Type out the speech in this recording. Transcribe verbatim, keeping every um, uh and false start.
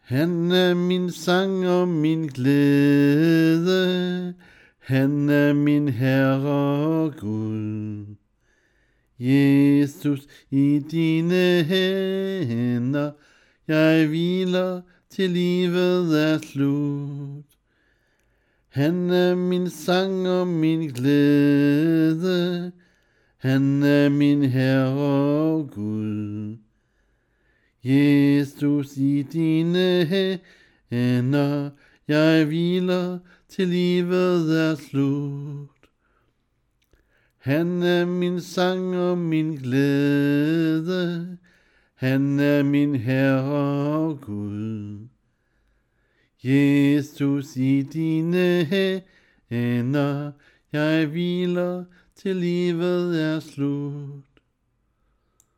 Han er min sang og min glæde, han er min Herre Gud. Jesus, i dine hænder, jeg hviler til livet er slut. Han er min sang og min glæde, han er min Herre Gud. Jesus, i dine hænder, jeg hviler til livet er slut. Han er min sang og min glæde, han er min Herre Gud. Jesus, i dine hænder, jeg hviler til livet er slut.